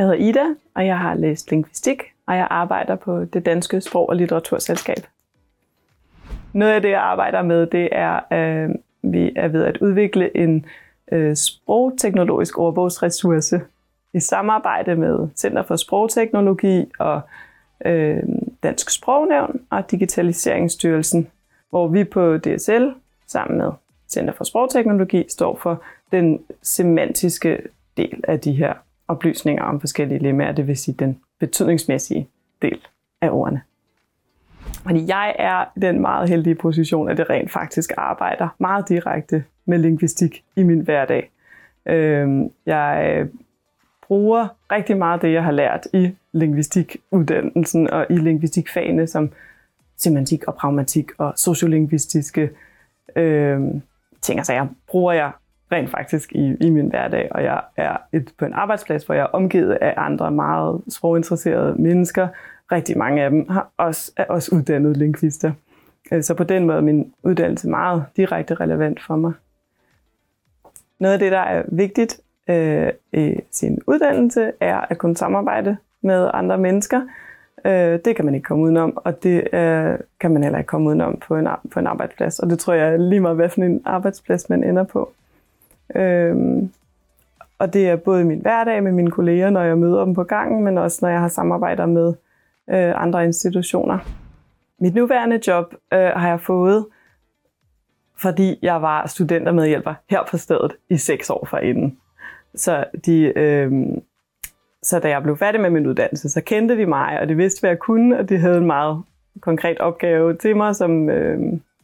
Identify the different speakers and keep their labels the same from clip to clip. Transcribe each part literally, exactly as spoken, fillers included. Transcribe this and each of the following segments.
Speaker 1: Jeg hedder Ida, og jeg har læst lingvistik, og jeg arbejder på Det Danske Sprog- og Litteraturselskab. Noget af det, jeg arbejder med, det er, at øh, vi er ved at udvikle en øh, sprogteknologisk ordbogsressource i samarbejde med Center for Sprogteknologi og øh, Dansk Sprognævn og Digitaliseringsstyrelsen, hvor vi på D S L sammen med Center for Sprogteknologi står for den semantiske del af de her oplysninger om forskellige lemmaer, det vil sige den betydningsmæssige del af ordene. Fordi jeg er i den meget heldige position, at det rent faktisk arbejder meget direkte med lingvistik i min hverdag. Jeg bruger rigtig meget af det, jeg har lært i lingvistikuddannelsen og i lingvistikfagene som semantik og pragmatik og sociolingvistiske øh, ting og sager, bruger jeg rent faktisk i, i min hverdag, og jeg er et, på en arbejdsplads, hvor jeg er omgivet af andre meget sproginteresserede mennesker. Rigtig mange af dem har også, er også uddannede lingvister. Så på den måde er min uddannelse meget direkte relevant for mig. Noget af det, der er vigtigt øh, i sin uddannelse, er at kunne samarbejde med andre mennesker. Øh, det kan man ikke komme udenom, og det øh, kan man heller ikke komme udenom på en, på en arbejdsplads. Og det tror jeg er lige meget, hvad for en arbejdsplads man ender på. Øhm, og det er både i min hverdag med mine kolleger, når jeg møder dem på gangen, men også når jeg har samarbejder med øh, andre institutioner. Mit nuværende job øh, har jeg fået, fordi jeg var studentermedhjælper her på stedet i seks år forinden. Så, de, øh, så da jeg blev færdig med min uddannelse, så kendte de mig, og de vidste, hvad jeg kunne, og de havde en meget konkret opgave til mig, som... Øh,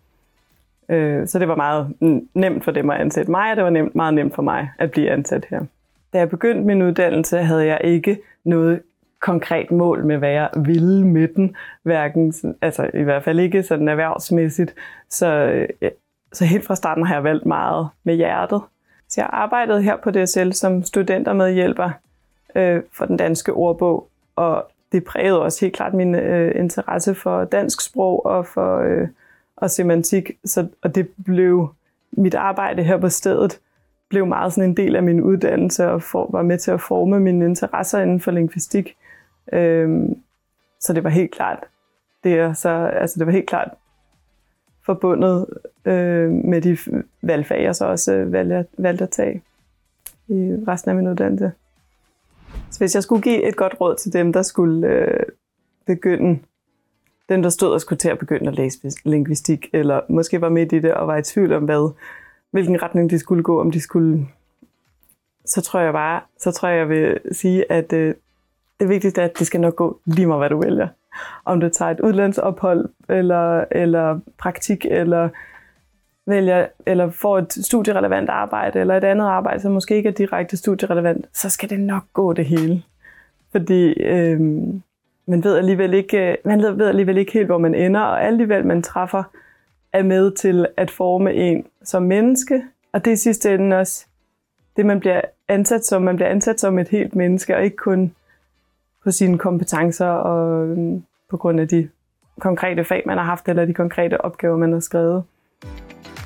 Speaker 1: Så det var meget nemt for dem at ansætte mig, og det var nemt, meget nemt for mig at blive ansat her. Da jeg begyndte min uddannelse, havde jeg ikke noget konkret mål med, hvad jeg ville med den. Hverken, altså i hvert fald ikke sådan erhvervsmæssigt. Så, så helt fra starten har jeg valgt meget med hjertet. Så jeg arbejdede her på D S L som studentermedhjælper øh, for den danske ordbog, og det prægede også helt klart min øh, interesse for dansk sprog og for... Øh, og semantik, så, og det blev mit arbejde her på stedet blev meget sådan en del af min uddannelse og for, var med til at forme mine interesser inden for lingvistik. Øhm, så det var helt klart det er så altså det var helt klart forbundet øh, med de valgfag, jeg så også valgte, valgte at tage i resten af min uddannelse. Så hvis jeg skulle give et godt råd til dem, der skulle øh, begynde dem, der stod og skulle til at begynde at læse lingvistik, eller måske var midt i det og var i tvivl om, hvad, hvilken retning de skulle gå, om de skulle, så tror jeg bare, så tror jeg, jeg vil sige, at øh, det vigtigste er, at det skal nok gå lige meget, hvad du vælger. Om du tager et udlandsophold, eller, eller praktik, eller, vælger, eller får et studierelevant arbejde, eller et andet arbejde, som måske ikke er direkte studierelevant, så skal det nok gå det hele. Fordi... Øh, Man ved, alligevel ikke, man ved alligevel ikke helt, hvor man ender, og alle de valg, man træffer, er med til at forme en som menneske. Og det er i sidste ende også det, man bliver ansat som. Man bliver ansat som et helt menneske, og ikke kun på sine kompetencer og på grund af de konkrete fag, man har haft, eller de konkrete opgaver, man har skrevet.